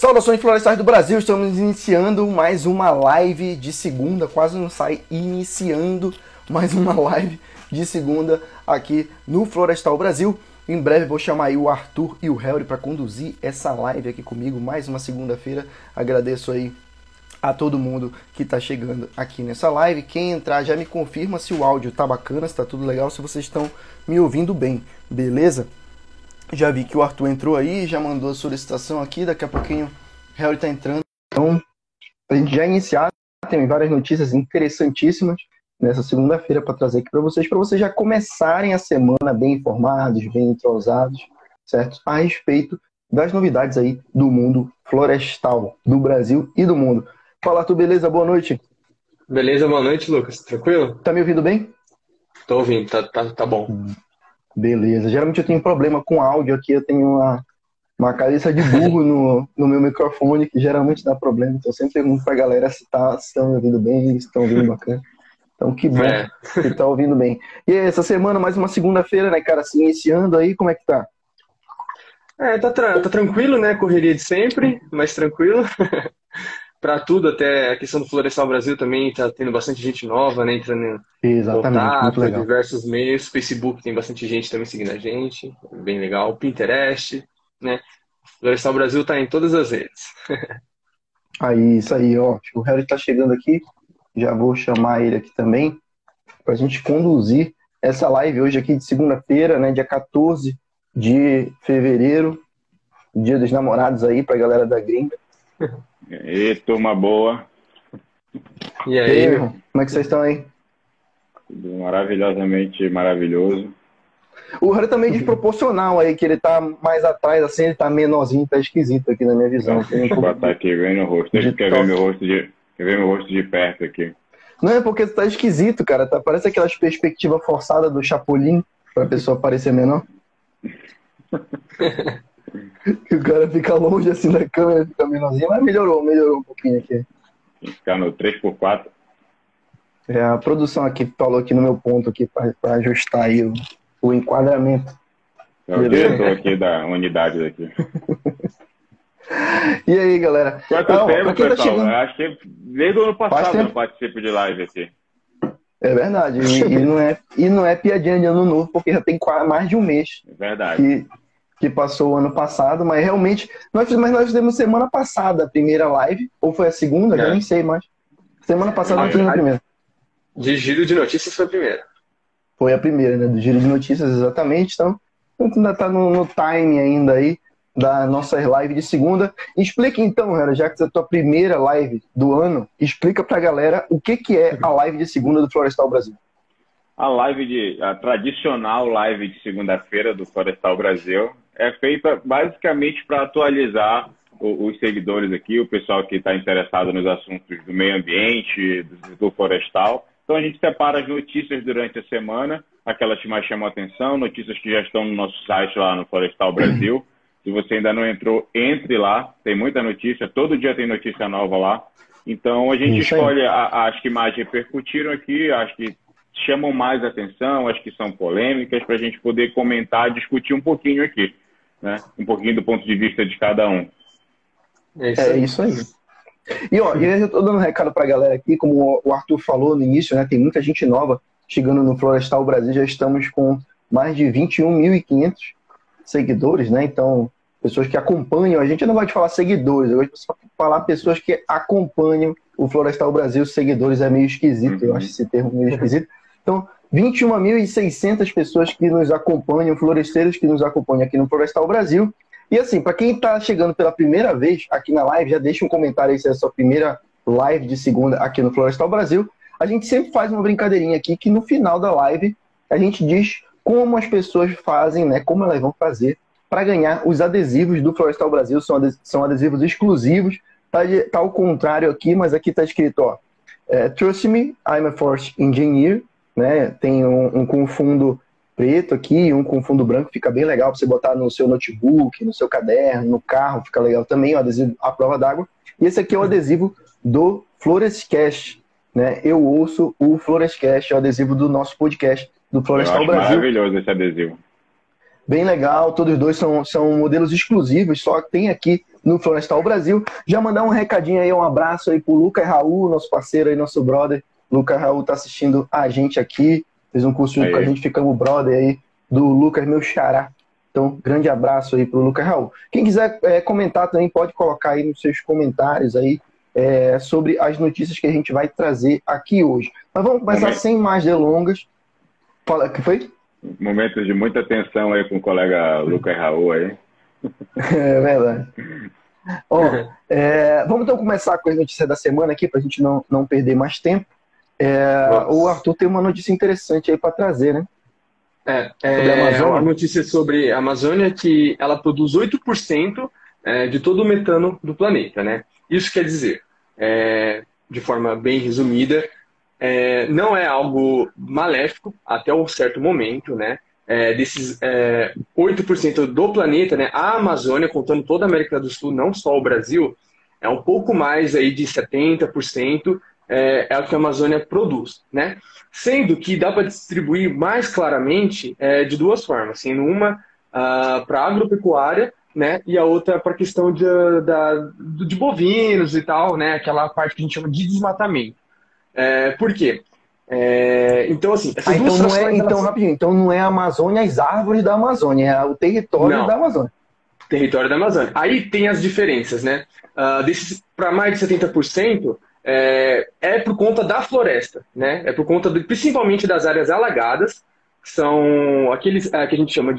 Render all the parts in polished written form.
Saudações florestais do Brasil, estamos iniciando mais uma live de segunda, quase não sai, iniciando mais uma live de segunda aqui no Florestal Brasil. Em breve vou chamar aí o Arthur e o Helry para conduzir essa live aqui comigo, mais uma segunda-feira. Agradeço aí a todo mundo que está chegando aqui nessa live. Quem entrar já me confirma se o áudio tá bacana, se tá tudo legal, se vocês estão me ouvindo bem, beleza? Já vi que o Arthur entrou aí, já mandou a solicitação aqui, daqui a pouquinho o Helry tá entrando. Então, a gente já iniciar, tem várias notícias interessantíssimas nessa segunda-feira para trazer aqui para vocês já começarem a semana bem informados, bem entrosados, certo? A respeito das novidades aí do mundo florestal, do Brasil e do mundo. Fala, Arthur, beleza? Boa noite. Beleza, boa noite, Lucas. Tranquilo? Tá me ouvindo bem? Tô ouvindo, tá bom. Beleza. Geralmente eu tenho problema com áudio aqui, eu tenho uma cabeça de burro no meu microfone, que geralmente dá problema. Então eu sempre pergunto pra galera se estão me ouvindo bem, se estão ouvindo bacana. Então que bom que tá ouvindo bem. E aí, essa semana, mais uma segunda-feira, né, cara? Se iniciando aí, como é que tá? Tá tranquilo, né? Correria de sempre, mas tranquilo. Para tudo, até a questão do Florestal Brasil também tá tendo bastante gente nova, né? Entrando em Exatamente, muito contato, legal. diversos meios. Facebook tem bastante gente também seguindo a gente, bem legal. Pinterest, né? Florestal Brasil tá em todas as redes. Aí, isso aí, ó. O Harry tá chegando aqui, já vou chamar ele aqui também, pra gente conduzir essa live hoje aqui de segunda-feira, né? Dia 14 de fevereiro, Dia dos Namorados aí, pra galera da gringa. E turma boa. E aí? Como é que vocês estão aí? Tudo maravilhosamente maravilhoso. O Harry tá meio desproporcional aí, que ele tá mais atrás, assim, ele tá menorzinho, tá esquisito aqui na minha visão. Deixa eu botar aqui, vendo o rosto. Deixa eu ver meu rosto de perto aqui. Não, é porque tá esquisito, cara. Parece aquelas perspectivas forçadas do Chapolin, pra pessoa parecer menor. Que o cara fica longe assim da câmera, fica menorzinho, mas melhorou um pouquinho aqui. Tem que ficar no 3x4. É, a produção aqui falou aqui no meu ponto aqui pra ajustar aí o enquadramento. É o diretor aqui da unidade daqui. E aí, galera? Quanto tempo, pessoal? Tá chegando... Acho que desde o ano passado eu participo de live aqui. É verdade, e não é piadinha de ano novo, porque já tem mais de um mês. É verdade. Que passou o ano passado, mas realmente nós fizemos semana passada a primeira live, ou foi a segunda? Já nem sei mais. Semana passada nós fizemos a primeira. De giro de notícias foi a primeira. Foi a primeira, né? Do giro de notícias, exatamente. Então, ainda tá no time ainda aí da nossa live de segunda. Explica então, Hera, já que é a tua primeira live do ano, explica pra galera o que é a live de segunda do Florestal Brasil. A tradicional live de segunda-feira do Florestal Brasil é feita basicamente para atualizar os seguidores aqui, o pessoal que está interessado nos assuntos do meio ambiente, do florestal. Então a gente separa as notícias durante a semana, aquelas que mais chamam a atenção, notícias que já estão no nosso site lá no Florestal Brasil. Se você ainda não entrou, entre lá, tem muita notícia, todo dia tem notícia nova lá. Então a gente escolhe as que mais repercutiram aqui, as que chamam mais atenção, as que são polêmicas, para a gente poder comentar, discutir um pouquinho aqui, né? Um pouquinho do ponto de vista de cada um. É isso aí. E ó, eu já tô dando um recado pra galera aqui, como o Arthur falou no início, né? Tem muita gente nova chegando no Florestal Brasil, já estamos com mais de 21.500 seguidores, né? Então, pessoas que acompanham, a gente não vai te falar seguidores, eu vou só falar pessoas que acompanham o Florestal Brasil. Seguidores é meio esquisito, eu acho esse termo meio esquisito. Então, 21.600 pessoas que nos acompanham, floresteiros que nos acompanham aqui no Florestal Brasil. E assim, para quem está chegando pela primeira vez aqui na live, já deixa um comentário aí se é a sua primeira live de segunda aqui no Florestal Brasil. A gente sempre faz uma brincadeirinha aqui que no final da live a gente diz como as pessoas fazem, né? Como elas vão fazer para ganhar os adesivos do Florestal Brasil. São adesivos exclusivos. Tá ao contrário aqui, mas aqui está escrito, ó, Trust me, I'm a forest engineer, né? Tem um com fundo preto aqui, um com fundo branco, fica bem legal para você botar no seu notebook, no seu caderno, no carro, fica legal também, o adesivo à prova d'água. E esse aqui é o adesivo do Florescast, né? Eu ouço o Florescast, é o adesivo do nosso podcast, do Florestal Brasil. Maravilhoso esse adesivo. Bem legal, todos dois são modelos exclusivos, só tem aqui no Florestal Brasil. Já mandar um recadinho aí, um abraço aí pro Lucas Raul, nosso parceiro aí, nosso brother. Lucas Raul tá assistindo a gente aqui, fez um curso junto com a gente, ficamos brother aí do Lucas, meu xará. Então, grande abraço aí pro Lucas Raul. Quem quiser comentar também pode colocar aí nos seus comentários aí sobre as notícias que a gente vai trazer aqui hoje. Mas vamos começar sem mais delongas. Fala, o que foi? Momentos de muita tensão aí com o colega Lucas Raul aí. É verdade. Vamos então começar com as notícias da semana aqui, para a gente não perder mais tempo. O Arthur tem uma notícia interessante aí para trazer, né? Uma notícia sobre a Amazônia, que ela produz 8% de todo o metano do planeta, né? Isso quer dizer, de forma bem resumida, não é algo maléfico até um certo momento, né? Desses 8% do planeta, né? A Amazônia, contando toda a América do Sul, não só o Brasil, é um pouco mais aí de 70%, é o que a Amazônia produz, né? Sendo que dá para distribuir mais claramente de duas formas, sendo uma para agropecuária, né? E a outra para a questão de bovinos e tal, né? Aquela parte que a gente chama de desmatamento. Por quê? Então, assim, essas duas frações, rapidinho, então não é a Amazônia, as árvores da Amazônia, é o território da Amazônia. Território da Amazônia. Aí tem as diferenças, né? Para mais de 70%, por conta da floresta, né? É por conta, principalmente das áreas alagadas, que são aqueles que a gente chama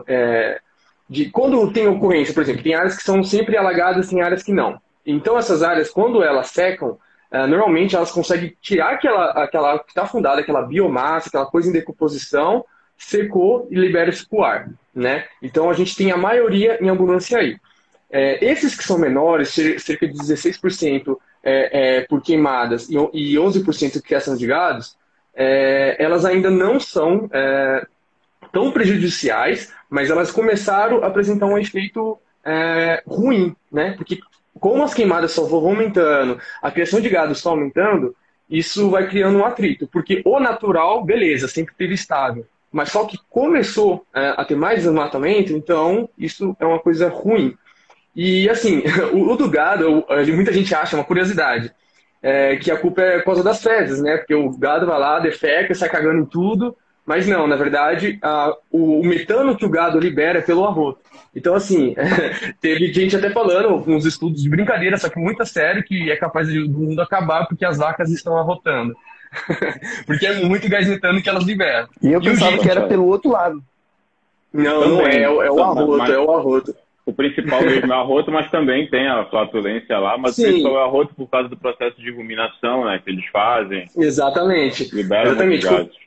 de quando tem ocorrência, por exemplo, tem áreas que são sempre alagadas, tem áreas que não. Então, essas áreas, quando elas secam, normalmente elas conseguem tirar aquela que está afundada, aquela biomassa, aquela coisa em decomposição, secou e libera isso para o ar, né? Então a gente tem a maioria em abundância aí. Esses que são menores, cerca de 16% por queimadas e 11% criação de gados, elas ainda não são tão prejudiciais, mas elas começaram a apresentar um efeito ruim, né? Porque como as queimadas só vão aumentando, a criação de gado só aumentando, isso vai criando um atrito. Porque o natural, beleza, sempre teve estável. Mas só que começou a ter mais desmatamento, então isso é uma coisa ruim. E assim, o do gado, muita gente acha, uma curiosidade, que a culpa é por causa das fezes, né? Porque o gado vai lá, defeca, sai cagando em tudo. Mas não, na verdade, o metano que o gado libera é pelo arroto. Então, assim, teve gente até falando, uns estudos de brincadeira, só que muito sério, que é capaz do mundo acabar porque as vacas estão arrotando. Porque é muito gás metano que elas liberam. E eu pensava que era pelo outro lado. Não é o arroto, é o arroto. O principal mesmo é o arroto, mas também tem a flatulência lá, mas o principal é o arroto por causa do processo de ruminação, né, que eles fazem. Exatamente. Liberam muitos gases.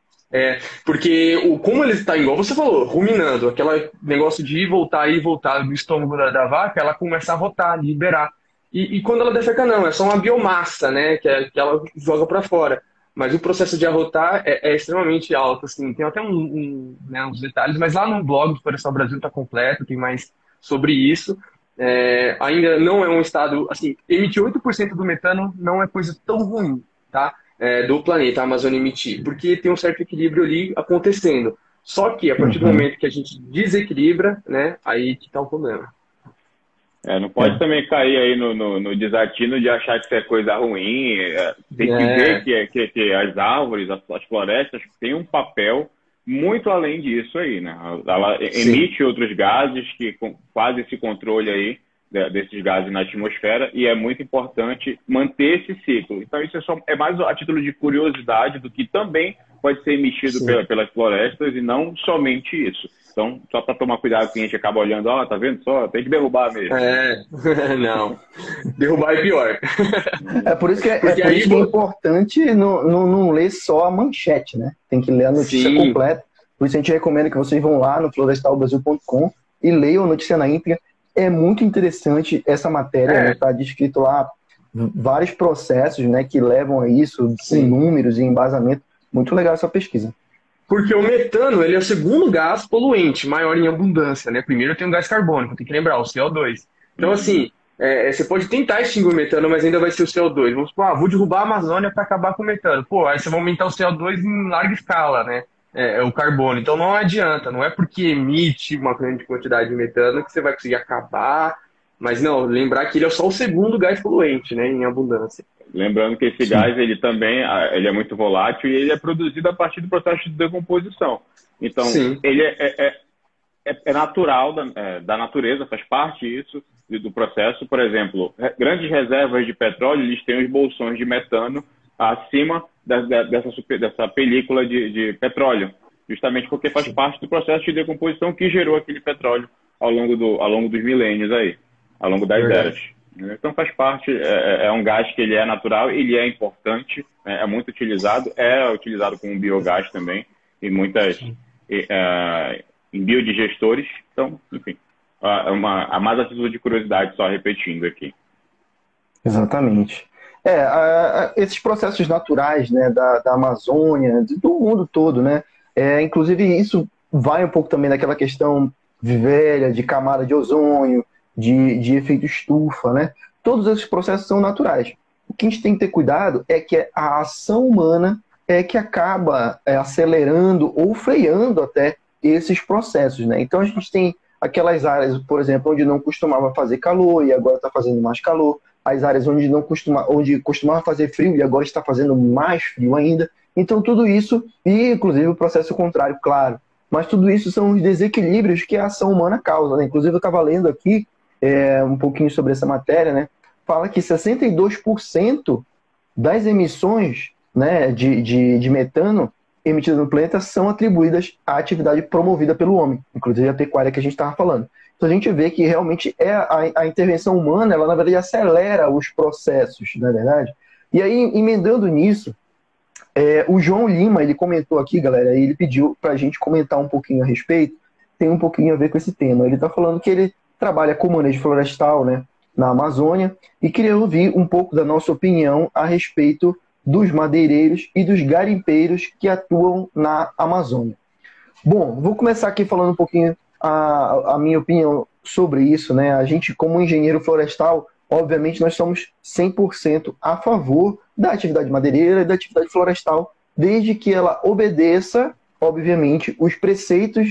Porque como ele está, igual você falou, ruminando, aquele negócio de ir e voltar do estômago da vaca, ela começa a rotar, liberar. E quando ela defeca, não, é só uma biomassa, né, que ela joga para fora. Mas o processo de arrotar é extremamente alto, assim, tem até uns detalhes, mas lá no blog do Florestal Brasil está completo, tem mais sobre isso. Ainda não é um estado, assim, emitir 8% do metano não é coisa tão ruim, tá? Do planeta, a Amazônia emitir, porque tem um certo equilíbrio ali acontecendo. Só que a partir do momento que a gente desequilibra, né, aí que está o problema. Não pode também cair aí no desatino de achar que isso é coisa ruim. Tem que ver que as árvores, as florestas têm um papel muito além disso aí, né? Ela emite outros gases que fazem esse controle aí desses gases na atmosfera, e é muito importante manter esse ciclo. Então isso é mais a título de curiosidade do que também pode ser emitido pelas florestas, e não somente isso. Então, só para tomar cuidado, que a gente acaba olhando, tá vendo só? Tem que derrubar mesmo. Não. Derrubar é pior. Por isso que é importante não ler só a manchete, né? Tem que ler a notícia completa. Por isso a gente recomenda que vocês vão lá no florestalbrasil.com e leiam a notícia na íntegra. É muito interessante essa matéria, né? Tá descrito lá vários processos, né, que levam a isso, com números e embasamento. Muito legal essa pesquisa. Porque o metano, ele é o segundo gás poluente, maior em abundância, né? Primeiro tem o gás carbônico, tem que lembrar, o CO2. Então, assim, você pode tentar extinguir o metano, mas ainda vai ser o CO2. Vamos supor, vou derrubar a Amazônia para acabar com o metano. Aí você vai aumentar o CO2 em larga escala, né? O carbono. Então não adianta, não é porque emite uma grande quantidade de metano que você vai conseguir acabar Mas não, lembrar que ele é só o segundo gás poluente, né, em abundância. Lembrando que esse gás, ele também ele é muito volátil e ele é produzido a partir do processo de decomposição. Então, Sim. ele é natural da natureza, faz parte isso do processo. Por exemplo, grandes reservas de petróleo, eles têm os bolsões de metano acima dessa película de petróleo, justamente porque faz parte do processo de decomposição que gerou aquele petróleo ao longo dos milênios aí, ao longo das eras. Então faz parte, é um gás que ele é natural, ele é importante, é muito utilizado, como biogás também, em em biodigestores. Então, enfim, a mais a título de curiosidade, só repetindo aqui. Exatamente. Esses processos naturais, né, da Amazônia, do mundo todo, né? Inclusive, isso vai um pouco também daquela questão velha de camada de ozônio, de efeito estufa, né? Todos esses processos são naturais. O que a gente tem que ter cuidado é que a ação humana é que acaba acelerando ou freando até esses processos, né? Então a gente tem aquelas áreas, por exemplo, onde não costumava fazer calor e agora está fazendo mais calor, as áreas onde costumava fazer frio e agora está fazendo mais frio ainda. Então tudo isso, e inclusive o processo contrário, claro, mas tudo isso são os desequilíbrios que a ação humana causa, né? Inclusive eu estava lendo aqui um pouquinho sobre essa matéria, né? Fala que 62% das emissões, né, de metano emitidas no planeta são atribuídas à atividade promovida pelo homem, inclusive a pecuária que a gente estava falando. Então a gente vê que realmente a intervenção humana, ela na verdade acelera os processos, não é verdade? E aí, emendando nisso, o João Lima, ele comentou aqui, galera, e ele pediu para a gente comentar um pouquinho a respeito, tem um pouquinho a ver com esse tema. Ele está falando que ele trabalha com manejo florestal, né, na Amazônia, e queria ouvir um pouco da nossa opinião a respeito dos madeireiros e dos garimpeiros que atuam na Amazônia. Bom, vou começar aqui falando um pouquinho a minha opinião sobre isso, né? A gente, como engenheiro florestal, obviamente nós somos 100% a favor da atividade madeireira e da atividade florestal, desde que ela obedeça, obviamente, os preceitos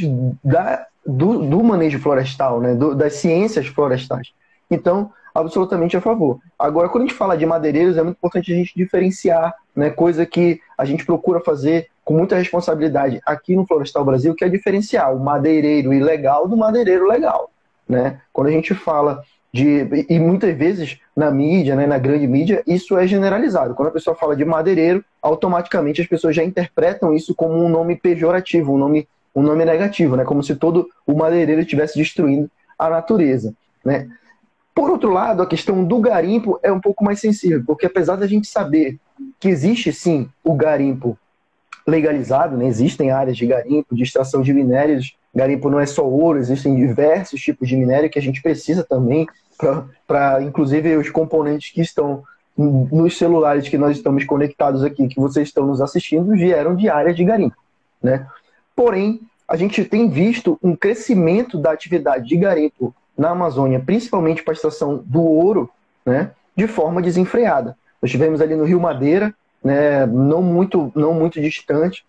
do manejo florestal, né? Das ciências florestais. Então, absolutamente a favor. Agora, quando a gente fala de madeireiros, é muito importante a gente diferenciar, né, coisa que a gente procura fazer com muita responsabilidade aqui no Florestal Brasil, que é diferenciar o madeireiro ilegal do madeireiro legal, né? Quando a gente fala e muitas vezes na mídia, né, na grande mídia, isso é generalizado. Quando a pessoa fala de madeireiro, automaticamente as pessoas já interpretam isso como um nome pejorativo, um nome negativo, né? Como se todo o madeireiro estivesse destruindo a natureza, né? Por outro lado, a questão do garimpo é um pouco mais sensível, porque apesar da gente saber que existe sim o garimpo legalizado, né? Existem áreas de garimpo, de extração de minérios, garimpo não é só ouro, existem diversos tipos de minério que a gente precisa também para inclusive os componentes que estão nos celulares que nós estamos conectados aqui, que vocês estão nos assistindo, vieram de áreas de garimpo, né? Porém, a gente tem visto um crescimento da atividade de garimpo na Amazônia, principalmente para a extração do ouro, né, de forma desenfreada. Nós tivemos ali no Rio Madeira, né, não muito distante,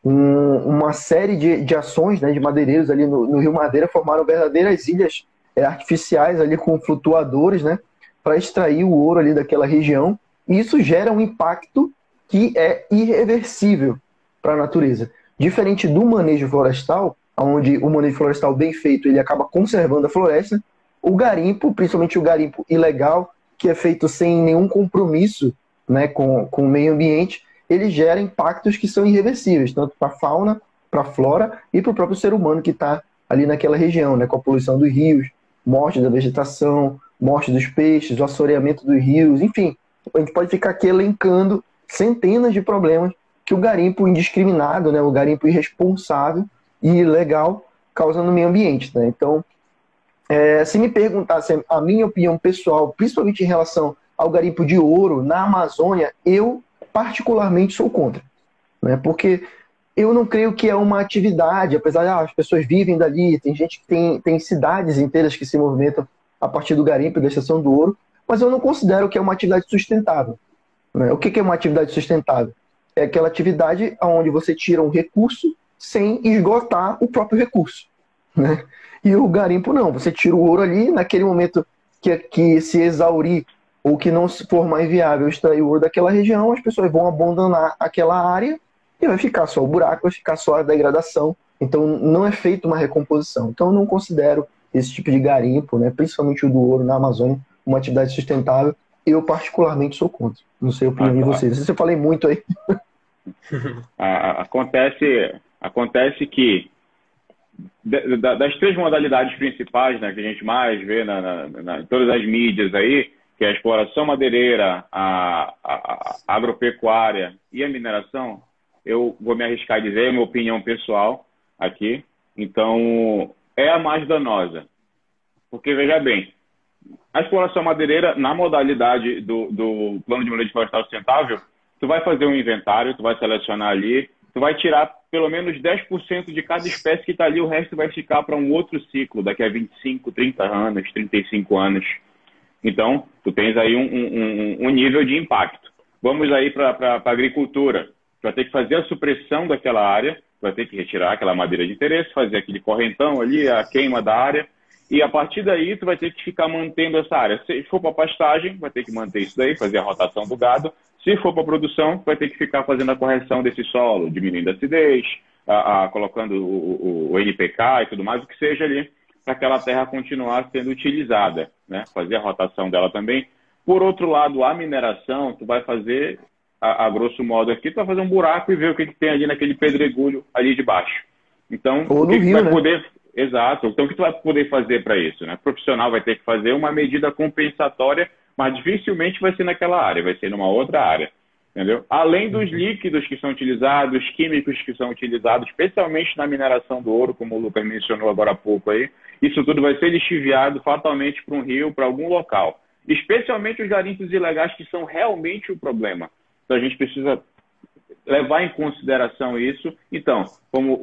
uma série de ações, né, de madeireiros ali no Rio Madeira formaram verdadeiras ilhas artificiais ali com flutuadores, né, para extrair o ouro ali daquela região. E isso gera um impacto que é irreversível para a natureza. Diferente do manejo florestal, onde o manejo florestal bem feito ele acaba conservando a floresta, o garimpo, principalmente o garimpo ilegal, que é feito sem nenhum compromisso, né, com o meio ambiente, ele gera impactos que são irreversíveis, tanto para a fauna, para a flora e para o próprio ser humano que está ali naquela região, né, com a poluição dos rios, morte da vegetação, morte dos peixes, o assoreamento dos rios, enfim, a gente pode ficar aqui elencando centenas de problemas que o garimpo indiscriminado, né, o garimpo irresponsável e ilegal causa no meio ambiente, né? Então, se me perguntasse a minha opinião pessoal, principalmente em relação ao garimpo de ouro na Amazônia, eu particularmente sou contra, né? Porque eu não creio que é uma atividade, apesar de as pessoas vivem dali, tem gente que tem cidades inteiras que se movimentam a partir do garimpo e da extração do ouro, mas eu não considero que é uma atividade sustentável, né? O que é uma atividade sustentável? É aquela atividade onde você tira um recurso sem esgotar o próprio recurso, né? E o garimpo não, você tira o ouro ali, naquele momento que se exaurir ou que não for mais viável extrair o ouro daquela região, as pessoas vão abandonar aquela área e vai ficar só o buraco, vai ficar só a degradação. Então não é feita uma recomposição. Então eu não considero esse tipo de garimpo, né, principalmente o do ouro na Amazônia, uma atividade sustentável. Eu particularmente sou contra. Não sei a opinião de vocês. Não sei se eu falei muito aí. Acontece que das três modalidades principais, né, que a gente mais vê em todas as mídias aí, que é a exploração madeireira, a agropecuária e a mineração, eu vou me arriscar a dizer, é a minha opinião pessoal aqui, então é a mais danosa. Porque, veja bem, a exploração madeireira, na modalidade do Plano de Manejo Florestal Sustentável, tu vai fazer um inventário, tu vai selecionar ali, tu vai tirar pelo menos 10% de cada espécie que está ali, o resto vai ficar para um outro ciclo, daqui a 25, 30 anos, 35 anos. Então, tu tens aí um nível de impacto. Vamos aí para a agricultura. Tu vai ter que fazer a supressão daquela área, tu vai ter que retirar aquela madeira de interesse, fazer aquele correntão ali, a queima da área, e a partir daí tu vai ter que ficar mantendo essa área. Se for para pastagem, vai ter que manter isso daí, fazer a rotação do gado. Se for para produção, vai ter que ficar fazendo a correção desse solo, diminuindo a acidez, colocando o NPK e tudo mais, o que seja ali, para aquela terra continuar sendo utilizada, né? Fazer a rotação dela também. Por outro lado, a mineração, tu vai fazer, a grosso modo aqui, tu vai fazer um buraco e ver o que tem ali naquele pedregulho ali de baixo. Então, ou no rio, vai né? poder... Exato. Então, o que tu vai poder fazer para isso, né? O profissional vai ter que fazer uma medida compensatória, mas dificilmente vai ser naquela área, vai ser numa outra área, entendeu? Além dos líquidos que são utilizados, químicos que são utilizados, especialmente na mineração do ouro, como o Lucas mencionou agora há pouco aí, isso tudo vai ser lixiviado fatalmente para um rio, para algum local. Especialmente os garimpos ilegais, que são realmente o problema. Então, a gente precisa levar em consideração isso. Então, como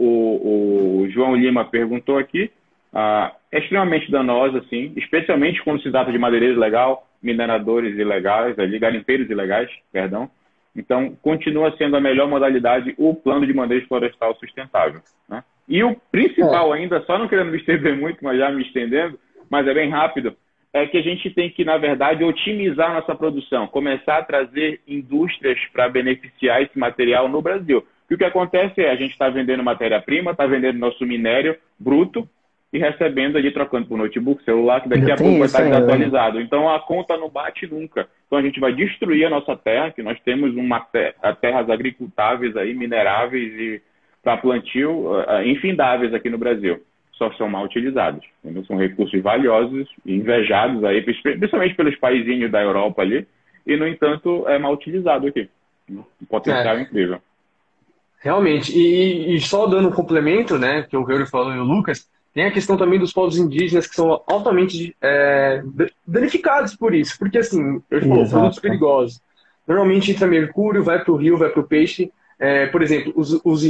o João Lima perguntou aqui, é extremamente danosa, sim, especialmente quando se trata de madeireiro ilegal, mineradores ilegais, garimpeiros ilegais, perdão. Então, continua sendo a melhor modalidade o plano de manejo florestal sustentável, né? E o principal ainda, só não querendo me estender muito, mas já me estendendo, mas é bem rápido, é que a gente tem que, na verdade, otimizar nossa produção, começar a trazer indústrias para beneficiar esse material no Brasil. E o que acontece é, a gente está vendendo matéria-prima, está vendendo nosso minério bruto e recebendo ali, trocando por notebook, celular, que daqui a pouco vai estar desatualizado. Então, a conta não bate nunca. Então, a gente vai destruir a nossa terra, que nós temos terras agricultáveis aí, mineráveis e para plantio infindáveis aqui no Brasil. Só são mal utilizados. Entendeu? São recursos valiosos e invejados aí, principalmente pelos paizinhos da Europa ali, e, no entanto, é mal utilizado aqui. Um potencial incrível. Realmente. E só dando um complemento, né, que o Reuro falou e o Lucas, tem a questão também dos povos indígenas que são altamente danificados por isso. Porque, assim, eu falo, produtos perigosos. Normalmente entra mercúrio, vai para o rio, vai para o peixe. Por exemplo, os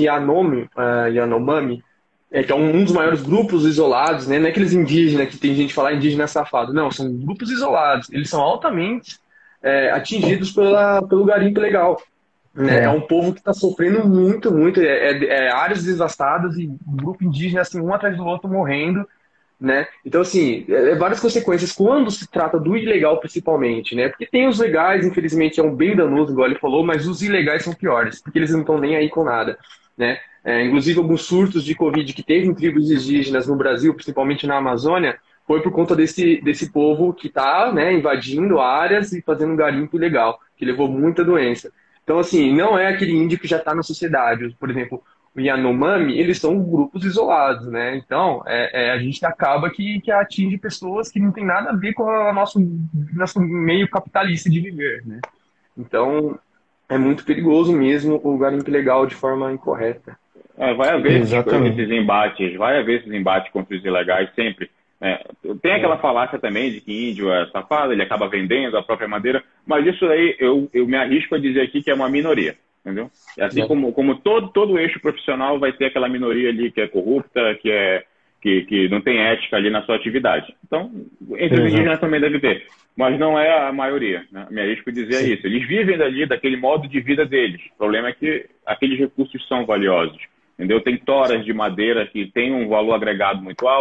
Yanomami, que é um dos maiores grupos isolados, né? Não é aqueles indígenas que tem gente que fala indígena safado. Não, são grupos isolados. Eles são altamente atingidos pelo garimpo ilegal. Né? É um povo que está sofrendo muito, muito. Áreas devastadas e um grupo indígena, assim, um atrás do outro, morrendo. Né? Então, assim, várias consequências quando se trata do ilegal, principalmente, né? Porque tem os legais, infelizmente, é um bem danoso, igual ele falou, mas os ilegais são piores, porque eles não estão nem aí com nada, né? Inclusive, alguns surtos de Covid que teve em tribos indígenas no Brasil, principalmente na Amazônia, foi por conta desse povo que está, né, invadindo áreas e fazendo um garimpo ilegal, que levou muita doença. Então, assim, não é aquele índio que já está na sociedade. Por exemplo, o Yanomami, eles são grupos isolados, né? Então, a gente acaba que atinge pessoas que não tem nada a ver com o nosso meio capitalista de viver, né? Então, é muito perigoso mesmo o garimpo ilegal de forma incorreta. Vai haver esses embates contra os ilegais sempre. Tem aquela falácia também de que índio é safado, ele acaba vendendo a própria madeira, mas isso aí eu me arrisco a dizer aqui que é uma minoria. Entendeu? Assim como todo eixo profissional vai ter aquela minoria ali que é corrupta, que não tem ética ali na sua atividade. Então, entre os indígenas também deve ter. Mas não é a maioria, né? Me arrisco a dizer isso. Eles vivem dali, daquele modo de vida deles. O problema é que aqueles recursos são valiosos. Entendeu? Tem toras de madeira que tem um valor agregado muito alto,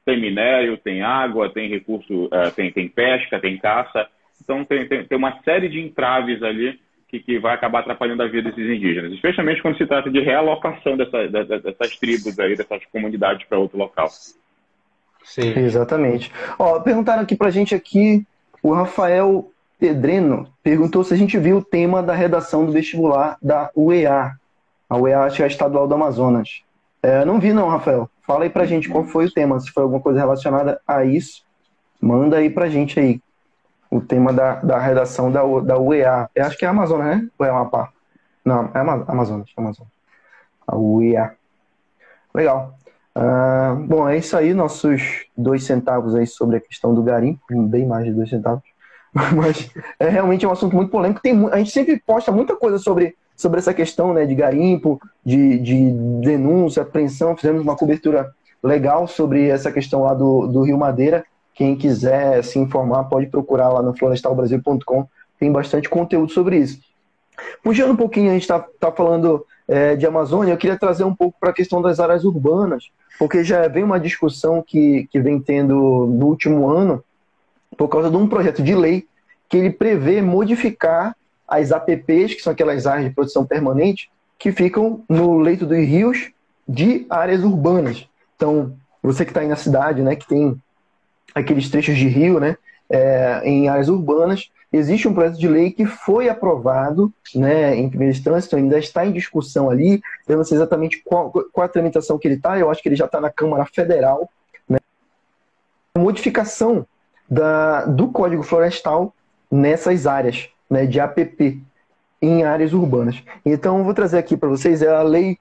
tem minério, tem água, tem recurso, tem pesca, tem caça. Então tem uma série de entraves ali que vai acabar atrapalhando a vida desses indígenas, especialmente quando se trata de realocação dessas tribos aí, dessas comunidades para outro local. Sim. Exatamente. Ó, perguntaram aqui pra gente aqui, o Rafael Pedreno perguntou se a gente viu o tema da redação do vestibular da UEA. A UEA, acho que é a Estadual do Amazonas. Não vi não, Rafael. Fala aí pra gente qual foi o tema, se foi alguma coisa relacionada a isso. Manda aí pra gente aí o tema da redação da UEA. Eu acho que é a Amazonas, né? Ou é Amapá? Não, é Amazonas. A UEA. Legal. Bom, é isso aí, nossos 2 centavos aí sobre a questão do garimpo, bem mais de 2 centavos. Mas é realmente um assunto muito polêmico. A gente sempre posta muita coisa sobre essa questão, né, de garimpo, de denúncia, apreensão. Fizemos uma cobertura legal sobre essa questão lá do Rio Madeira. Quem quiser se informar pode procurar lá no florestalbrasil.com. Tem bastante conteúdo sobre isso. Puxando um pouquinho, a gente está falando de Amazônia, eu queria trazer um pouco para a questão das áreas urbanas, porque já vem uma discussão que vem tendo no último ano, por causa de um projeto de lei que ele prevê modificar as APPs, que são aquelas áreas de produção permanente, que ficam no leito dos rios de áreas urbanas. Então, você que está aí na cidade, né, que tem aqueles trechos de rio, né, em áreas urbanas, existe um projeto de lei que foi aprovado, né, em primeira instância, então ainda está em discussão ali. Eu não sei exatamente qual a tramitação que ele está, eu acho que ele já está na Câmara Federal, né, modificação do Código Florestal nessas áreas, né, de APP em áreas urbanas. Então, eu vou trazer aqui para vocês a Lei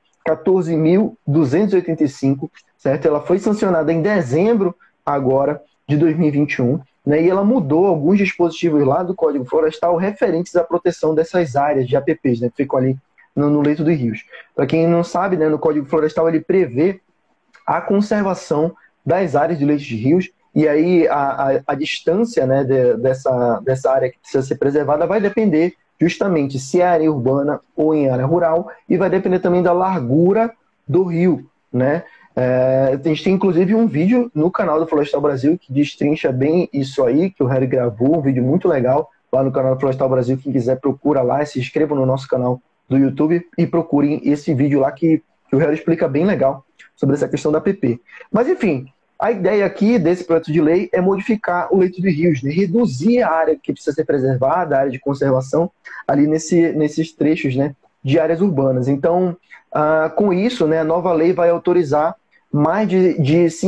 14.285, certo? Ela foi sancionada em dezembro agora de 2021, né, e ela mudou alguns dispositivos lá do Código Florestal referentes à proteção dessas áreas de APPs, né, que ficam ali no leito dos rios. Para quem não sabe, né, no Código Florestal ele prevê a conservação das áreas de leitos de rios, e aí a distância, né, dessa área que precisa ser preservada vai depender justamente se é área urbana ou em área rural, e vai depender também da largura do rio, né? A gente tem inclusive um vídeo no canal do Florestal Brasil que destrincha bem isso aí, que o Harry gravou, um vídeo muito legal lá no canal do Florestal Brasil. Quem quiser procura lá, se inscreva no nosso canal do YouTube e procurem esse vídeo lá que o Harry explica bem legal sobre essa questão da APP. Mas enfim, a ideia aqui desse projeto de lei é modificar o leito de rios, né? Reduzir a área que precisa ser preservada, a área de conservação, ali nesses trechos, né, de áreas urbanas. Então, com isso, né, a nova lei vai autorizar mais de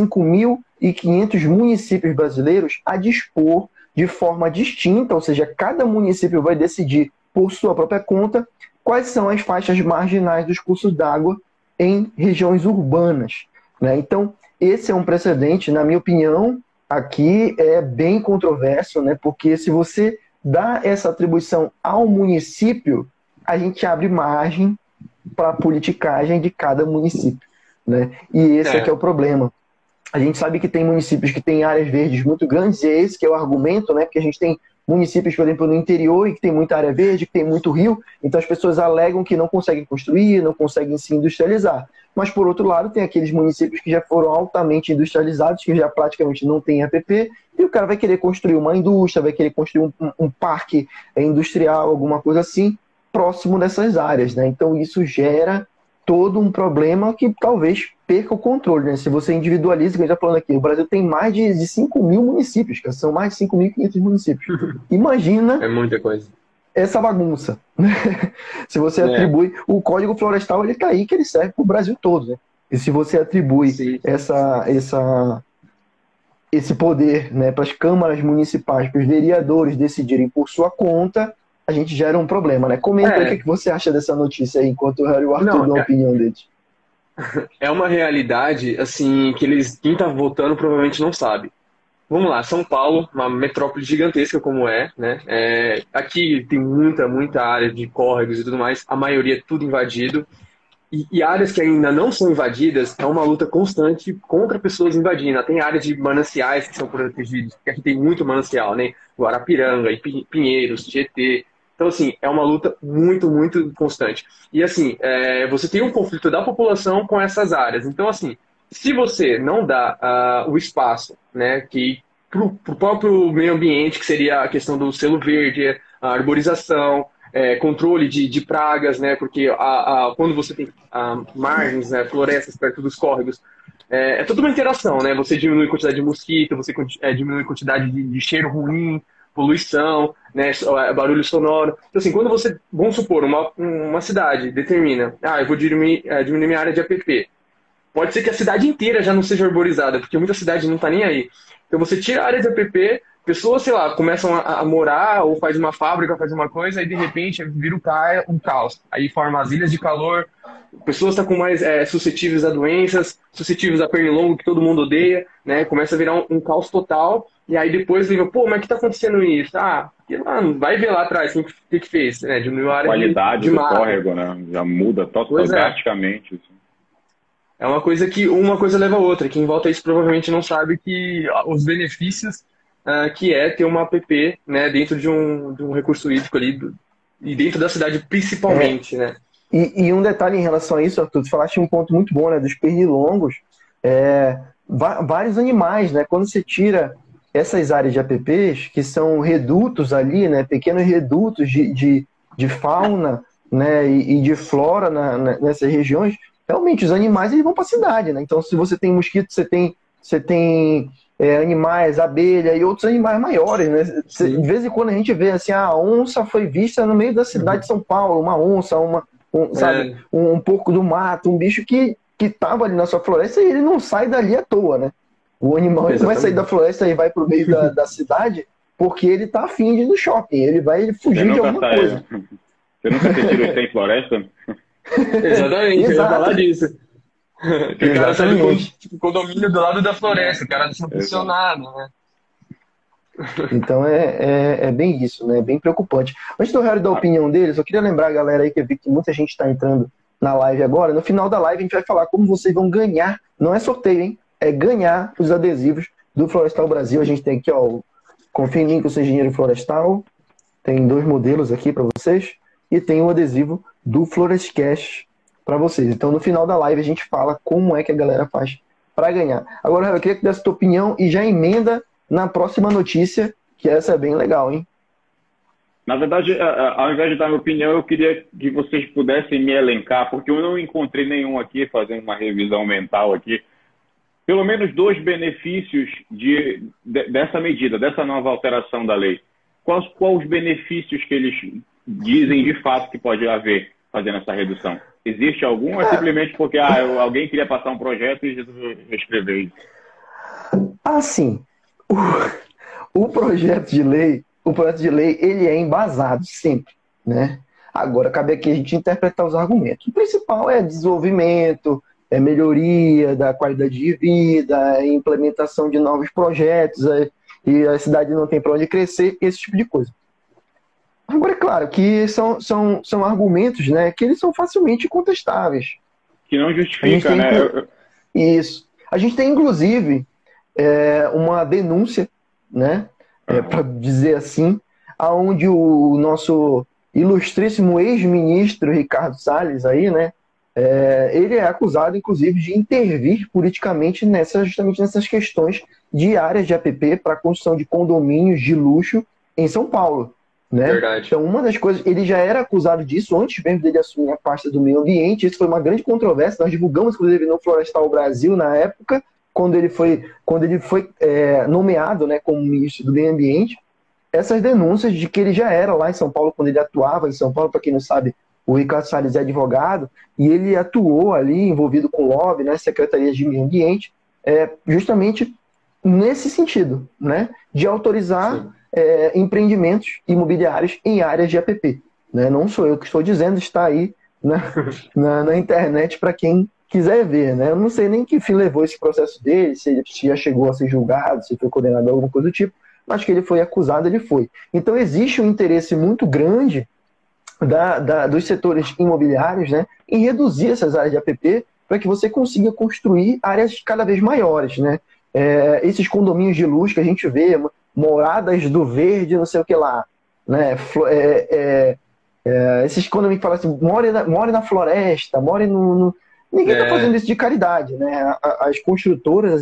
5.500 municípios brasileiros a dispor de forma distinta, ou seja, cada município vai decidir por sua própria conta quais são as faixas marginais dos cursos d'água em regiões urbanas, né? Então, esse é um precedente, na minha opinião, aqui é bem controverso, né? Porque se você dá essa atribuição ao município, a gente abre margem para a politicagem de cada município, né? E esse é que é o problema. A gente sabe que tem municípios que têm áreas verdes muito grandes, e é esse que é o argumento, né? Porque a gente tem municípios, por exemplo, no interior, e que tem muita área verde, que tem muito rio, então as pessoas alegam que não conseguem construir, não conseguem se industrializar. Mas, por outro lado, tem aqueles municípios que já foram altamente industrializados, que já praticamente não tem APP, e o cara vai querer construir uma indústria, vai querer construir um parque industrial, alguma coisa assim, próximo dessas áreas, né? Então, isso gera todo um problema que talvez perca o controle, né? Se você individualiza, que a gente está falando aqui, o Brasil tem mais de 5.000 municípios, que são mais de 5.500 municípios. Imagina... É muita coisa. Essa bagunça, né? Se você atribui... O Código Florestal, ele tá aí, que ele serve para o Brasil todo, né? E se você atribui esse poder, né, para as câmaras municipais, para os vereadores decidirem por sua conta, a gente gera um problema, né? Comenta aí o que você acha dessa notícia aí, enquanto o Harry e o Arthur dão a opinião deles. É uma realidade, assim, que quem está votando provavelmente não sabe. Vamos lá, São Paulo, uma metrópole gigantesca como né? Aqui tem muita área de córregos e tudo mais, a maioria é tudo invadido. E áreas que ainda não são invadidas, é uma luta constante contra pessoas invadindo. Tem áreas de mananciais que são protegidos, porque aqui tem muito manancial, né? Guarapiranga, Pinheiros, Tietê. Então, assim, é uma luta muito constante. E, assim, você tem um conflito da população com essas áreas. Então, assim, se você não dá o espaço, né, que para o próprio meio ambiente, que seria a questão do selo verde, a arborização, controle de pragas, né, porque quando você tem margens, né, florestas perto dos córregos, é toda uma interação, né? Você diminui a quantidade de mosquito, você diminui a quantidade de cheiro ruim, poluição, né, barulho sonoro. Então, assim, quando você, vamos supor, uma cidade determina, eu vou diminuir minha área de APP. Pode ser que a cidade inteira já não seja arborizada, porque muita cidade não está nem aí. Então você tira a área de APP, pessoas, sei lá, começam a morar ou faz uma fábrica, faz uma coisa, e de repente vira um caos. Aí forma as ilhas de calor, pessoas estão com mais suscetíveis a doenças, suscetíveis a pernilongo, que todo mundo odeia, né? Começa a virar um caos total, e aí depois lembra, pô, mas o que está acontecendo isso? Vai ver lá atrás o que fez, né? Diminuiu a área qualidade do córrego, né? Já muda drasticamente. Assim. É uma coisa que uma coisa leva a outra. Quem volta a isso provavelmente não sabe que os benefícios que é ter uma app, né, dentro de um recurso hídrico ali, e dentro da cidade principalmente, né? E um detalhe em relação a isso, Arthur, tu falaste um ponto muito bom, né, dos pernilongos, vários animais, né, quando você tira essas áreas de apps, que são redutos ali, né, pequenos redutos de fauna, né, e de flora nessas regiões, realmente os animais eles vão para a cidade, né? Então, se você tem mosquito, você tem animais, abelha e outros animais maiores, né? De vez em quando a gente vê assim, a onça foi vista no meio da cidade de São Paulo, uma onça, sabe, um porco do mato, um bicho que estava ali na sua floresta e ele não sai dali à toa, né? O animal ele não vai sair da floresta e vai para o meio da cidade porque ele está afim de ir no shopping, ele vai fugir de alguma coisa. Você nunca assistiu Sem Floresta? Exatamente, eu ia falar disso. O cara sai do condomínio do lado da floresta, o cara deixa funcionado, né? Então é bem isso, né? Bem preocupante. Antes do Harry dar a opinião deles, eu queria lembrar a galera aí que eu vi que muita gente está entrando na live agora. No final da live a gente vai falar como vocês vão ganhar, não é sorteio, hein? É ganhar os adesivos do Florestal Brasil. A gente tem aqui, ó, confia em mim que eu sou engenheiro florestal. Tem 2 modelos aqui para vocês. E tem o adesivo do Florescast para vocês. Então, no final da live, a gente fala como é que a galera faz para ganhar. Agora, eu queria que desse a tua opinião e já emenda na próxima notícia, que essa é bem legal, hein? Na verdade, ao invés de dar minha opinião, eu queria que vocês pudessem me elencar, porque eu não encontrei nenhum aqui, fazendo uma revisão mental aqui, pelo menos 2 benefícios dessa medida, dessa nova alteração da lei. Quais os benefíciis que eles dizem de fato que pode haver fazendo essa redução? Existe algum ou é simplesmente porque alguém queria passar um projeto e escrever isso? Sim. O projeto de lei, ele é embasado sempre, né? Agora, cabe aqui a gente interpretar os argumentos. O principal é desenvolvimento, melhoria da qualidade de vida, implementação de novos projetos, e a cidade não tem para onde crescer, esse tipo de coisa. Agora, é claro que são argumentos, né, que eles são facilmente contestáveis. Que não justifica, né? Isso. A gente tem, inclusive, uma denúncia, né, para dizer assim, onde o nosso ilustríssimo ex-ministro Ricardo Salles, aí, né, ele é acusado, inclusive, de intervir politicamente justamente nessas questões de áreas de APP para a construção de condomínios de luxo em São Paulo. Né? Verdade. Então, uma das coisas, ele já era acusado disso antes mesmo dele assumir a pasta do meio ambiente. Isso foi uma grande controvérsia. Nós divulgamos, inclusive, no Florestal Brasil, na época, quando ele foi nomeado, né, como ministro do meio ambiente, essas denúncias de que ele já era lá em São Paulo, quando ele atuava em São Paulo. Para quem não sabe, o Ricardo Salles é advogado e ele atuou ali envolvido com lobby, né, secretarias de meio ambiente, justamente nesse sentido, né, de autorizar empreendimentos imobiliários em áreas de APP. Né? Não sou eu que estou dizendo, está aí na internet para quem quiser ver. Né? Eu não sei nem que fim levou esse processo dele, se ele já chegou a ser julgado, se foi condenado a alguma coisa do tipo, mas que ele foi acusado, ele foi. Então existe um interesse muito grande dos setores imobiliários, né, em reduzir essas áreas de APP para que você consiga construir áreas cada vez maiores. Né? Esses condomínios de luxo que a gente vê, moradas do verde, não sei o que lá, né? Esses condomínios que falam assim, more na floresta, more Ninguém está fazendo isso de caridade, né? As construtoras,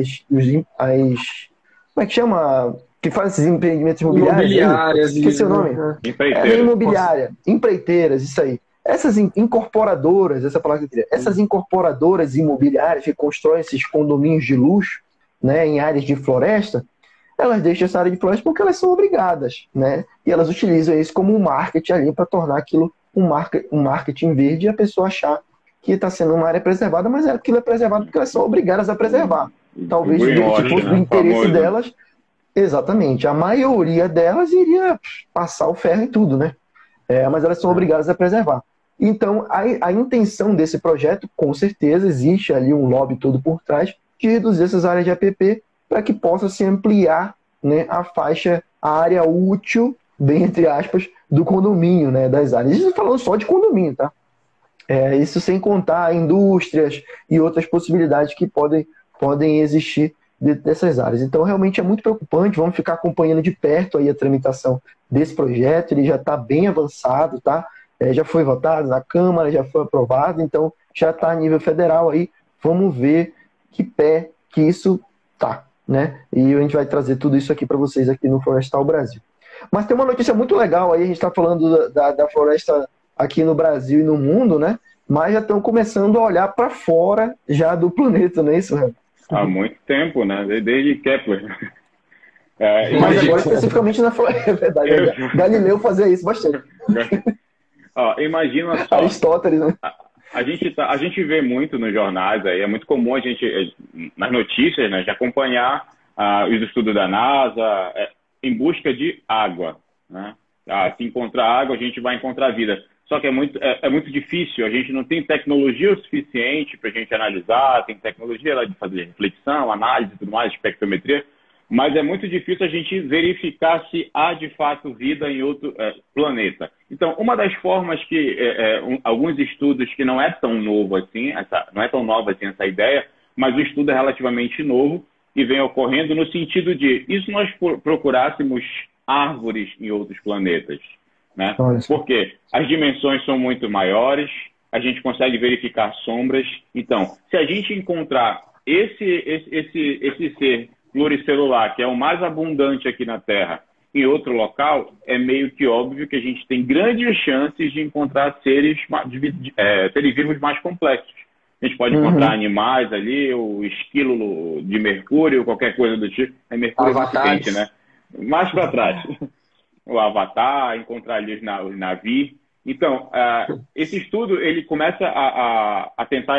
como é que chama? Que faz esses empreendimentos imobiliários. Esqueci o nome. Imobiliária, empreiteiras, isso aí. Essas incorporadoras, essa palavra que eu queria, essas incorporadoras imobiliárias que constroem esses condomínios de luxo, né, em áreas de floresta, elas deixam essa área de floresta porque elas são obrigadas, né? E elas utilizam isso como um marketing ali para tornar aquilo um marketing verde e a pessoa achar que está sendo uma área preservada, mas aquilo é preservado porque elas são obrigadas a preservar. Talvez se fosse do interesse delas, exatamente, a maioria delas iria passar o ferro em tudo, né? Mas elas são obrigadas a preservar. Então, a intenção desse projeto, com certeza, existe ali um lobby todo por trás de reduzir essas áreas de APP para que possa se ampliar, né, a área útil, bem entre aspas, do condomínio, né, das áreas. Isso falando só de condomínio, tá? Isso sem contar indústrias e outras possibilidades que podem existir dessas áreas. Então, realmente é muito preocupante. Vamos ficar acompanhando de perto aí a tramitação desse projeto. Ele já está bem avançado, tá? Já foi votado na Câmara, já foi aprovado, então já está a nível federal aí. Vamos ver que pé que isso tá, né? E a gente vai trazer tudo isso aqui para vocês aqui no Florestal Brasil. Mas tem uma notícia muito legal aí. A gente está falando da floresta aqui no Brasil e no mundo, né? Mas já estão começando a olhar para fora já do planeta, não é isso, Renan? Há muito tempo, né? Desde Kepler. Mas agora especificamente na floresta, é verdade. Galileu fazia isso bastante. Imagina só. Aristóteles, né? A gente vê muito nos jornais, aí é muito comum a gente, nas notícias, né, de acompanhar os estudos da NASA em busca de água, né? Se encontrar água, a gente vai encontrar vida. Só que é muito difícil, a gente não tem tecnologia o suficiente para a gente analisar, tem tecnologia lá de fazer reflexão, análise e tudo mais, espectrometria, mas é muito difícil a gente verificar se há de fato vida em outro planeta. Então, uma das formas que alguns estudos que não é tão novo assim, não é tão nova assim essa ideia, mas o estudo é relativamente novo e vem ocorrendo no sentido de, e se nós procurássemos árvores em outros planetas? Né? Porque as dimensões são muito maiores, a gente consegue verificar sombras. Então, se a gente encontrar esse ser pluricelular, que é o mais abundante aqui na Terra, em outro local, é meio que óbvio que a gente tem grandes chances de encontrar seres vivos mais complexos. A gente pode encontrar animais ali, o esquilo de Mercúrio, qualquer coisa do tipo. Mercúrio é suficiente, né? Mais para trás. O Avatar, encontrar ali os navios. Então, esse estudo ele começa a tentar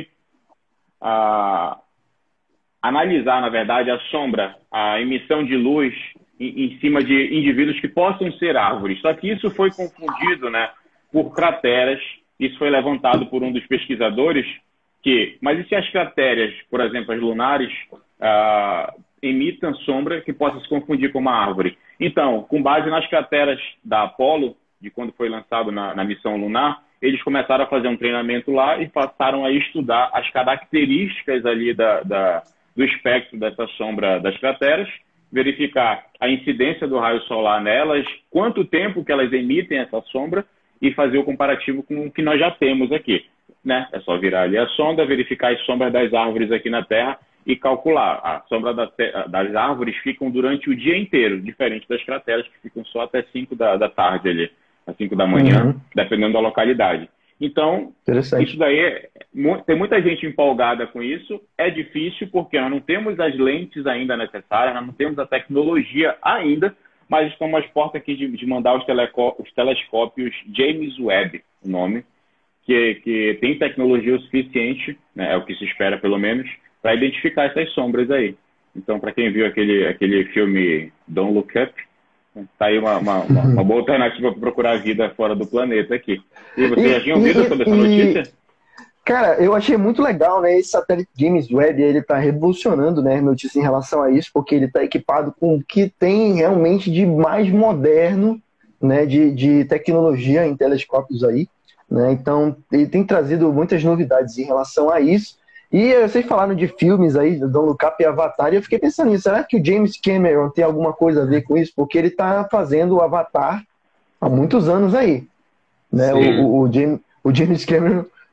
analisar, na verdade, a sombra, a emissão de luz em cima de indivíduos que possam ser árvores. Só que isso foi confundido, né, por crateras. Isso foi levantado por um dos pesquisadores. Mas e se as crateras, por exemplo, as lunares, emitam sombra que possa se confundir com uma árvore? Então, com base nas crateras da Apollo, de quando foi lançado na missão lunar, eles começaram a fazer um treinamento lá e passaram a estudar as características ali do espectro dessa sombra das crateras, verificar a incidência do raio solar nelas, quanto tempo que elas emitem essa sombra e fazer o comparativo com o que nós já temos aqui, né? É só virar ali a sonda, verificar as sombras das árvores aqui na Terra e calcular. A sombra das árvores ficam durante o dia inteiro, diferente das crateras que ficam só até 5 da tarde ali, às 5 da manhã, dependendo da localidade. Então, isso daí, tem muita gente empolgada com isso. É difícil porque nós não temos as lentes ainda necessárias, nós não temos a tecnologia ainda, mas estamos às portas aqui de mandar os telescópios James Webb, o nome, que tem tecnologia o suficiente, né, é o que se espera pelo menos, para identificar essas sombras aí. Então, para quem viu aquele filme Don't Look Up, tá aí uma boa alternativa para procurar vida fora do planeta aqui. E você já tinha ouvido sobre essa notícia? Cara, eu achei muito legal, né? Esse satélite James Webb, ele tá revolucionando, né, notícia em relação a isso, porque ele tá equipado com o que tem realmente de mais moderno, né, de tecnologia em telescópios aí, né? Então, ele tem trazido muitas novidades em relação a isso. E vocês falaram de filmes aí, Don't Look Up e Avatar, e eu fiquei pensando nisso, será que o James Cameron tem alguma coisa a ver com isso? Porque ele tá fazendo o Avatar há muitos anos aí, né? O James Cameron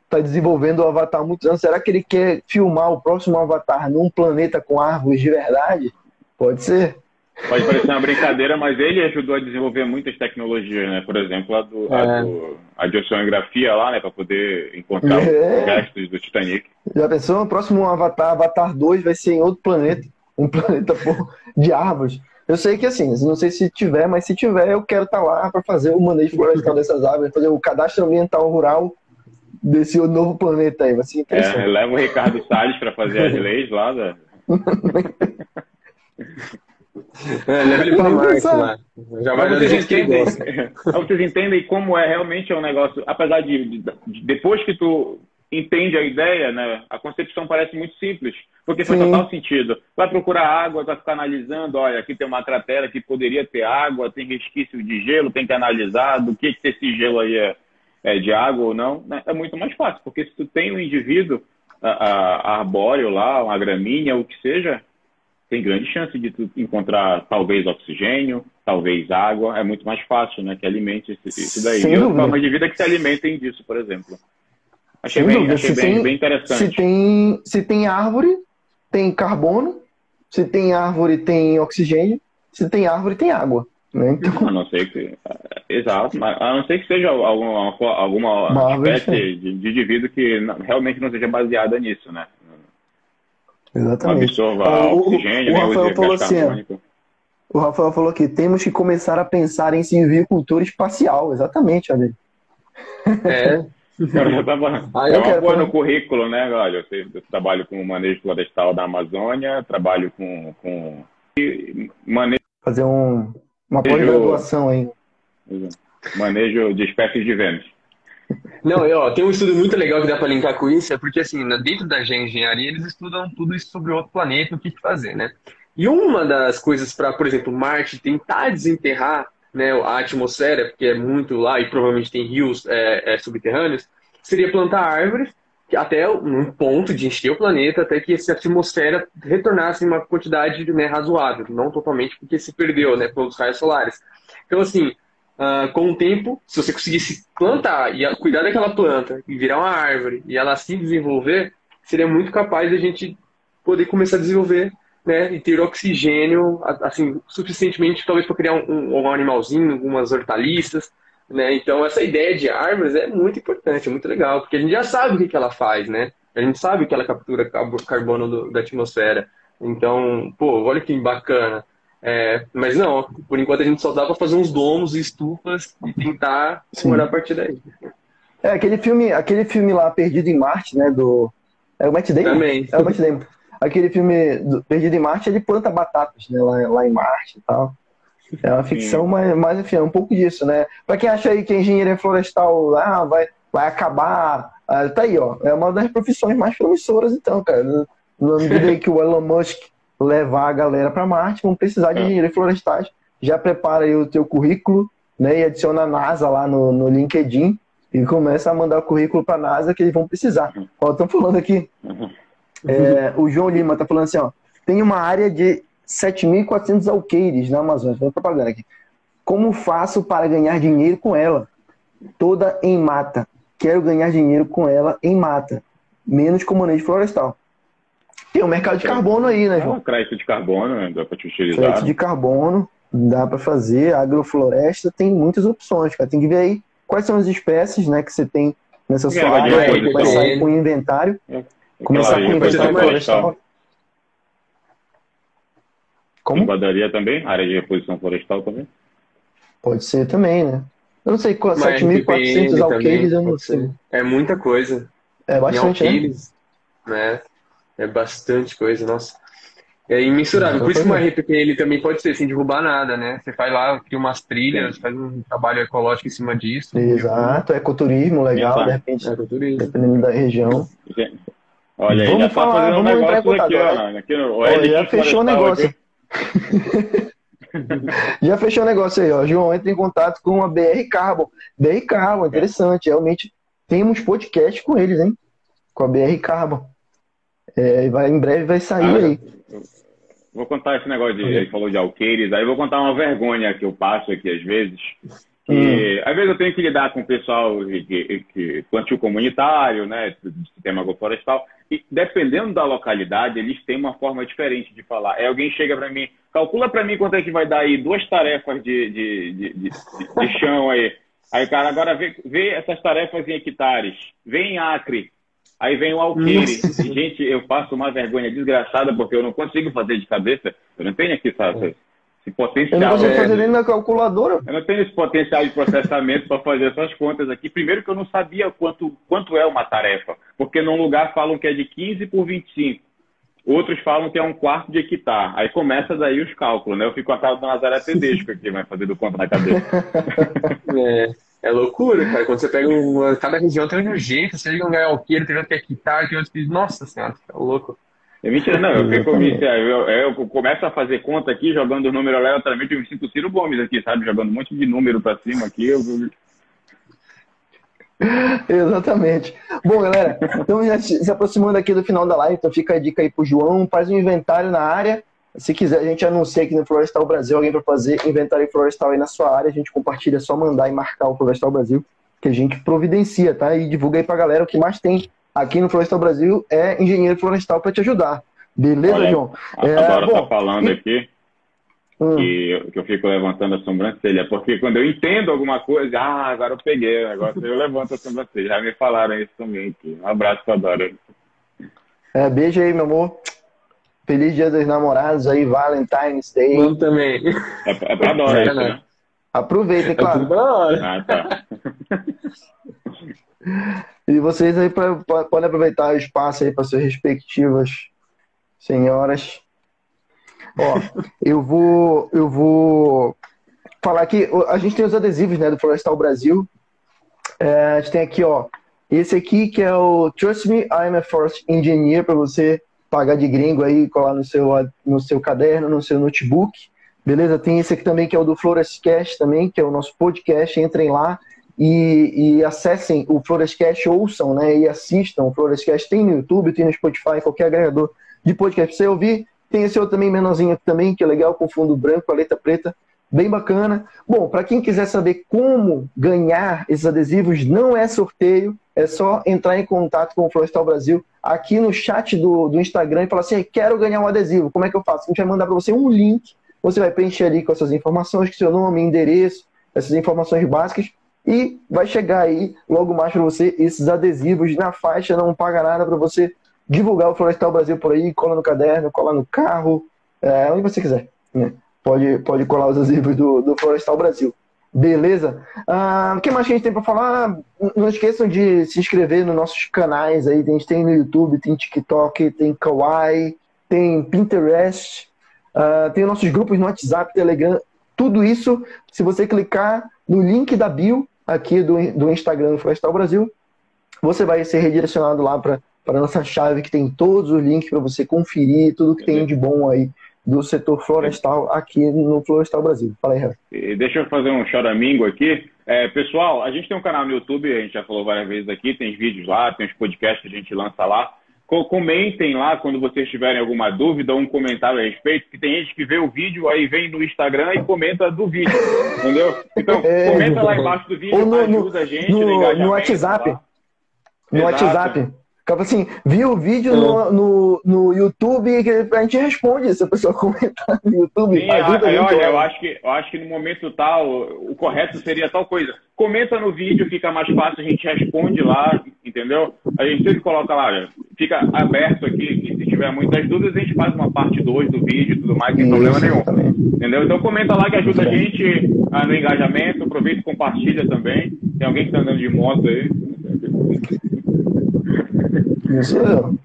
tá desenvolvendo o Avatar há muitos anos. Será que ele quer filmar o próximo Avatar num planeta com árvores de verdade? Pode ser. Pode parecer uma brincadeira, mas ele ajudou a desenvolver muitas tecnologias, né? Por exemplo, a de oceanografia lá, né? Para poder encontrar os restos do Titanic. Já pensou? O próximo Avatar 2 vai ser em outro planeta. Um planeta de árvores. Eu sei que assim, não sei se tiver, mas se tiver, eu quero estar lá para fazer o manejo florestal dessas árvores, fazer o cadastro ambiental rural desse novo planeta aí. Vai ser interessante. Leva o Ricardo Salles para fazer as leis lá da... leva ele para Marte lá. Já vai do jeito que ele gosta. Vocês entendem como realmente é um negócio, apesar de depois que tu entende a ideia, né, a concepção parece muito simples, porque faz total sentido. Vai procurar água, vai ficar analisando, olha, aqui tem uma cratera que poderia ter água, tem resquício de gelo, tem que analisar do que esse gelo aí é de água ou não, né? É muito mais fácil, porque se tu tem um indivíduo arbóreo lá, uma gramínea, o que seja, tem grande chance de tu encontrar talvez oxigênio, talvez água, é muito mais fácil, né, que alimente isso daí. E outras formas de vida que se alimentem disso, por exemplo. Achei bem interessante. Se tem árvore, tem carbono. Se tem árvore, tem oxigênio. Se tem árvore, tem água. Né? Então... A não ser que... Exato. A não ser que seja alguma espécie de indivíduo que realmente não seja baseada nisso, né? Exatamente. Absorva oxigênio, o Rafael falou assim, o Rafael falou que temos que começar a pensar em silvicultura espacial. Exatamente, olha aí. Eu vou no currículo, né? Olha, eu trabalho com manejo florestal da Amazônia, trabalho com manejo... Fazer uma pós-graduação aí. Manejo de espécies de Vênus. Não, tem um estudo muito legal que dá para linkar com isso, porque assim, dentro da engenharia eles estudam tudo isso sobre outro planeta, o que fazer, né? E uma das coisas para, por exemplo, Marte tentar desenterrar, né, a atmosfera, porque é muito lá e provavelmente tem rios subterrâneos, seria plantar árvores até um ponto de encher o planeta, até que essa atmosfera retornasse em uma quantidade, né, razoável, não totalmente porque se perdeu, né, pelos raios solares. Então, assim, com o tempo, se você conseguisse plantar e cuidar daquela planta e virar uma árvore e ela se desenvolver, seria muito capaz de a gente poder começar a desenvolver, né, e ter oxigênio assim, suficientemente talvez para criar um animalzinho, algumas hortaliças, né? Então essa ideia de árvores é muito importante, é muito legal, porque a gente já sabe o que ela faz, né? A gente sabe que ela captura carbono da atmosfera. Então, olha que bacana. Mas não, por enquanto a gente só dá para fazer uns domos e estufas e tentar morar a partir daí. Aquele filme lá, Perdido em Marte, né? É o Matt Damon? Também. É o Matt Damon. Aquele filme Perdido em Marte, ele planta batatas, né? Lá em Marte e tal. É uma ficção, mas enfim, é um pouco disso, né? Pra quem acha aí que a engenharia florestal vai acabar, tá aí, ó. É uma das profissões mais promissoras, então, cara. Na medida aí que o Elon Musk levar a galera para Marte, vão precisar de engenharia florestais. Já prepara aí o teu currículo, né? E adiciona a NASA lá no LinkedIn e começa a mandar o currículo para a NASA que eles vão precisar. Ó, estão falando aqui. O João Lima tá falando assim, ó. Tem uma área de 7.400 alqueires na Amazônia. Estou propaganda aqui. Como faço para ganhar dinheiro com ela? Toda em mata. Quero ganhar dinheiro com ela em mata. Menos com manejo florestal. Tem o mercado de carbono aí, né, João? Crédito de carbono, né? Dá para te utilizar. Crédito de carbono, dá para fazer. Agrofloresta tem muitas opções, cara. Tem que ver aí quais são as espécies, né, que você tem nessa sua área. Começar com o inventário. Começar com o inventário florestal. Como? Engordaria também? Área de reposição florestal também? Pode ser também, né? Eu não sei, 7.400 alqueires, eu não sei. É muita coisa. É bastante, né? É bastante coisa, nossa. É imensurável. Por isso que uma RPPL também pode ser sem derrubar nada, né? Você faz lá, cria umas trilhas, faz um trabalho ecológico em cima disso. Exato, ecoturismo legal, de repente, dependendo da região. Olha aí, vamos falar, vamos entrar em contato. Já fechou o negócio. Já fechou o negócio aí, ó. João, entra em contato com a BR Carbon. BR Carbon, interessante. Realmente temos podcast com eles, hein? Com a BR Carbon. Em breve vai sair aí. Vou contar esse negócio ele falou de alqueires, aí eu vou contar uma vergonha que eu passo aqui às vezes, que às vezes eu tenho que lidar com o pessoal que plantio comunitário, né, do sistema agroflorestal, e dependendo da localidade, eles têm uma forma diferente de falar. Aí alguém chega para mim, calcula para mim quanto é que vai dar aí 2 tarefas de chão aí. Aí o cara agora vê essas tarefas em hectares, vê em acre, aí vem o alqueire. E, gente, eu passo uma vergonha desgraçada porque eu não consigo fazer de cabeça, eu não tenho aqui, sabe? Esse potencial. Eu não consigo fazer nem na calculadora. Eu não tenho esse potencial de processamento para fazer essas contas aqui. Primeiro que eu não sabia quanto é uma tarefa, porque num lugar falam que é de 15 por 25. Outros falam que é 1/4 de hectare. Aí começa daí os cálculos, né? Eu fico com a cara do Nazaré Tedesco aqui, vai fazer do conta na cabeça. É loucura, cara. Quando você pega cada região tem um jeito, você chega um lugar alqueiro, tem outro que é hectare, tem outro que... Nossa senhora, tá louco. É mentira, não. Eu começo a fazer conta aqui, jogando o número aleatoriamente, eu me sinto Ciro Gomes aqui, sabe? Jogando um monte de número pra cima aqui. Exatamente. Bom, galera, então já se aproximando aqui do final da live, então fica a dica aí pro João, faz um inventário na área. Se quiser, a gente anuncia aqui no Florestal Brasil alguém para fazer inventário florestal aí na sua área, a gente compartilha, é só mandar e marcar o Florestal Brasil, que a gente providencia, tá? E divulga aí pra galera. O que mais tem aqui no Florestal Brasil é engenheiro florestal para te ajudar. Beleza, olha, João? Agora tá falando aqui que eu fico levantando a sobrancelha, porque quando eu entendo alguma coisa, agora eu peguei o negócio, eu levanto a sobrancelha. Já me falaram isso também aqui. Um abraço, Adoro. Beijo aí, meu amor. Feliz Dia dos Namorados aí, Valentine's Day. Eu também. É pra Dora isso, né? Aproveitem, claro. Tá. E vocês aí podem aproveitar o espaço aí para suas respectivas senhoras. Ó, eu vou falar aqui, a gente tem os adesivos, né, do Florestal Brasil. A gente tem aqui, ó, esse aqui que é o Trust Me, I'm a Forest Engineer, para você pagar de gringo aí, colar no seu caderno, no seu notebook. Beleza? Tem esse aqui também que é o do Florescast também, que é o nosso podcast. Entrem lá e acessem o Florescast, ouçam, né, e assistam. O Florescast tem no YouTube, tem no Spotify, qualquer agregador de podcast pra você ouvir. Tem esse outro também, menorzinho aqui também, que é legal, com fundo branco, a letra preta, bem bacana. Bom, para quem quiser saber como ganhar esses adesivos, não é sorteio, é só entrar em contato com o Florestal Brasil aqui no chat do Instagram e falar assim, quero ganhar um adesivo, como é que eu faço? A gente vai mandar para você um link, você vai preencher ali com essas informações, com seu nome, endereço, essas informações básicas, e vai chegar aí logo mais para você esses adesivos na faixa, não paga nada para você divulgar o Florestal Brasil por aí, cola no caderno, cola no carro, onde você quiser, né? Pode colar os adesivos do Florestal Brasil. Beleza? O que mais que a gente tem para falar? Não esqueçam de se inscrever nos nossos canais aí. A gente tem no YouTube, tem TikTok, tem Kawaii, tem Pinterest, tem nossos grupos no WhatsApp, Telegram. Tudo isso, se você clicar no link da bio aqui do Instagram do Florestal Brasil, você vai ser redirecionado lá para a nossa chave que tem todos os links para você conferir tudo que tem de bom aí do setor florestal aqui no Florestal Brasil. Fala aí, Harry. Deixa eu fazer um choramingo aqui. Pessoal, a gente tem um canal no YouTube, a gente já falou várias vezes aqui, tem vídeos lá, tem os podcasts que a gente lança lá. Comentem lá quando vocês tiverem alguma dúvida ou um comentário a respeito, que tem gente que vê o vídeo, aí vem no Instagram e comenta do vídeo, entendeu? Então, comenta lá embaixo do vídeo, ajuda a gente no engajamento. No WhatsApp. Tá? No WhatsApp. Acaba assim, viu o vídeo no YouTube, a gente responde se a pessoa comentar no YouTube. Sim, olha, eu acho que no momento tal, o correto seria tal coisa. Comenta no vídeo, fica mais fácil, a gente responde lá, entendeu? A gente sempre coloca lá, fica aberto aqui, que se tiver muitas dúvidas, a gente faz uma parte 2 do vídeo e tudo mais, sem problema nenhum. Entendeu? Então comenta lá que ajuda a gente no engajamento, aproveita e compartilha também. Tem alguém que está andando de moto aí. Não sou eu.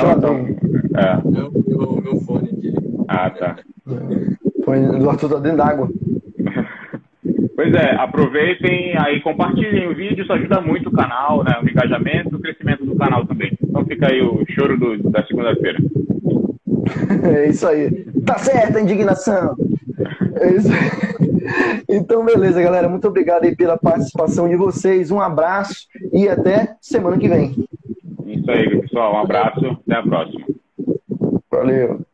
Meu fone aqui. Tá. O fone do Arthur tá dentro d'água. Pois aproveitem aí, compartilhem o vídeo, isso ajuda muito o canal, né? O engajamento, o crescimento do canal também. Então fica aí o choro da segunda-feira. É isso aí. Tá certo a indignação. É isso aí. Então, beleza, galera. Muito obrigado aí pela participação de vocês. Um abraço e até semana que vem. Isso aí, pessoal. Um abraço. Até a próxima. Valeu.